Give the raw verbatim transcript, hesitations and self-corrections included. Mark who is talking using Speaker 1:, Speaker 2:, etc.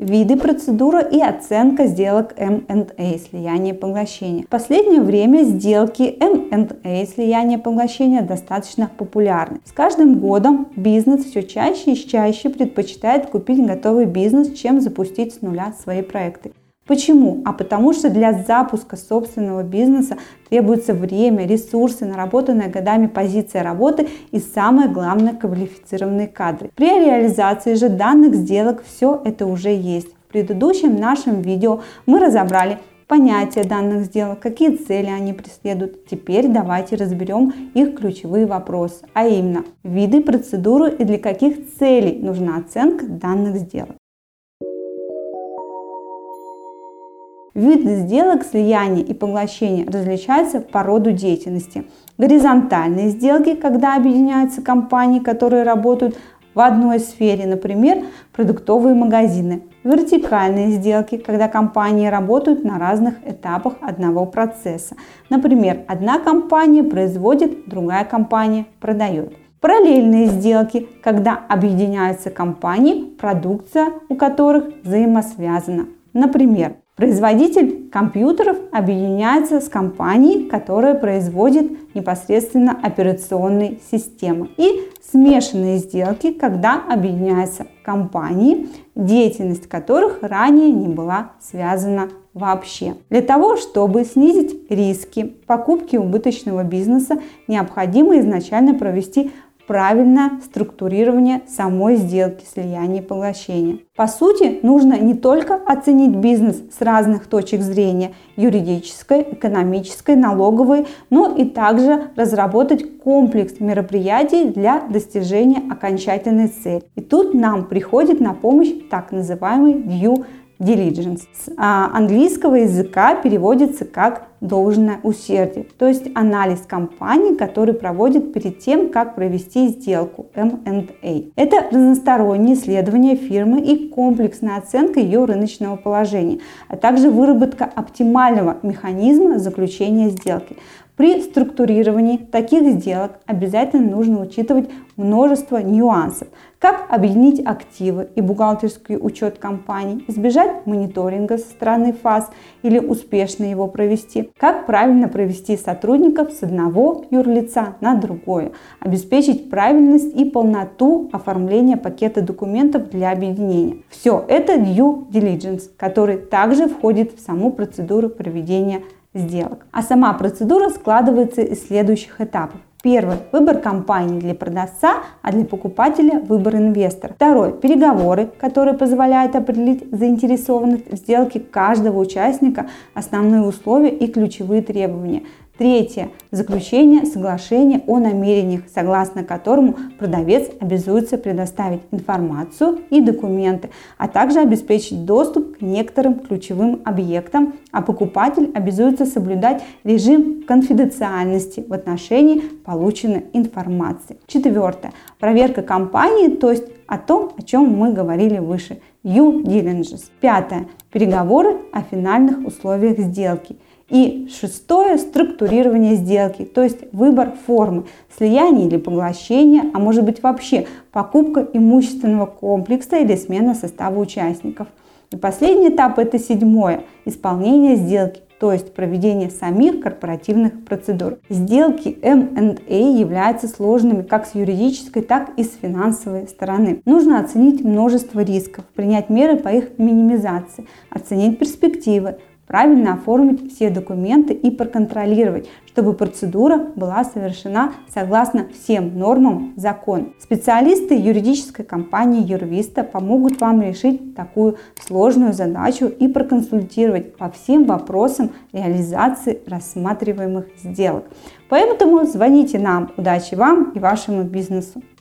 Speaker 1: Виды, процедура и оценка сделок эм энд эй, слияние и поглощение. В последнее время сделки эм энд эй, слияние и поглощение, достаточно популярны. С каждым годом бизнес все чаще и чаще предпочитает купить готовый бизнес, чем запустить с нуля свои проекты. Почему? А потому что для запуска собственного бизнеса требуется время, ресурсы, наработанная годами позиция работы и, самое главное, квалифицированные кадры. При реализации же данных сделок все это уже есть. В предыдущем нашем видео мы разобрали понятие данных сделок, какие цели они преследуют. Теперь давайте разберем их ключевые вопросы, а именно виды, процедуры и для каких целей нужна оценка данных сделок. Виды сделок слияния и поглощения различаются по роду деятельности. Горизонтальные сделки, когда объединяются компании, которые работают в одной сфере, например, продуктовые магазины. Вертикальные сделки, когда компании работают на разных этапах одного процесса. Например, одна компания производит, другая компания продает. Параллельные сделки, когда объединяются компании, продукция у которых взаимосвязана. Например, производитель компьютеров объединяется с компанией, которая производит непосредственно операционные системы. И смешанные сделки, когда объединяются компании, деятельность которых ранее не была связана вообще. Для того, чтобы снизить риски покупки убыточного бизнеса, необходимо изначально провести правильное структурирование самой сделки слияния и поглощения. По сути, нужно не только оценить бизнес с разных точек зрения – юридической, экономической, налоговой, но и также разработать комплекс мероприятий для достижения окончательной цели. И тут нам приходит на помощь так называемый due diligence. С английского языка переводится как должное усердие, то есть анализ компании, который проводит перед тем, как провести сделку эм энд эй. Это разностороннее исследование фирмы и комплексная оценка ее рыночного положения, а также выработка оптимального механизма заключения сделки. При структурировании таких сделок обязательно нужно учитывать множество нюансов. Как объединить активы и бухгалтерский учет компаний, избежать мониторинга со стороны ФАС или успешно его провести, как правильно провести сотрудников с одного юрлица на другое, обеспечить правильность и полноту оформления пакета документов для объединения. Все это due diligence, который также входит в саму процедуру проведения сделок. А сама процедура складывается из следующих этапов. Первый – выбор компании для продавца, а для покупателя – выбор инвестора. Второй – переговоры, которые позволяют определить заинтересованность в сделке каждого участника, основные условия и ключевые требования. Третье – заключение соглашения о намерениях, согласно которому продавец обязуется предоставить информацию и документы, а также обеспечить доступ к некоторым ключевым объектам, а покупатель обязуется соблюдать режим конфиденциальности в отношении полученной информации. Четвертое – проверка компании, то есть о том, о чем мы говорили выше, due diligence. Пятое – переговоры о финальных условиях сделки. И шестое – структурирование сделки, то есть выбор формы, слияние или поглощение, а может быть вообще покупка имущественного комплекса или смена состава участников. И последний этап – это седьмое – исполнение сделки, то есть проведение самих корпоративных процедур. Сделки эм энд эй являются сложными как с юридической, так и с финансовой стороны. Нужно оценить множество рисков, принять меры по их минимизации, оценить перспективы, правильно оформить все документы и проконтролировать, чтобы процедура была совершена согласно всем нормам закона. Специалисты юридической компании Юрвиста помогут вам решить такую сложную задачу и проконсультировать по всем вопросам реализации рассматриваемых сделок. Поэтому звоните нам. Удачи вам и вашему бизнесу!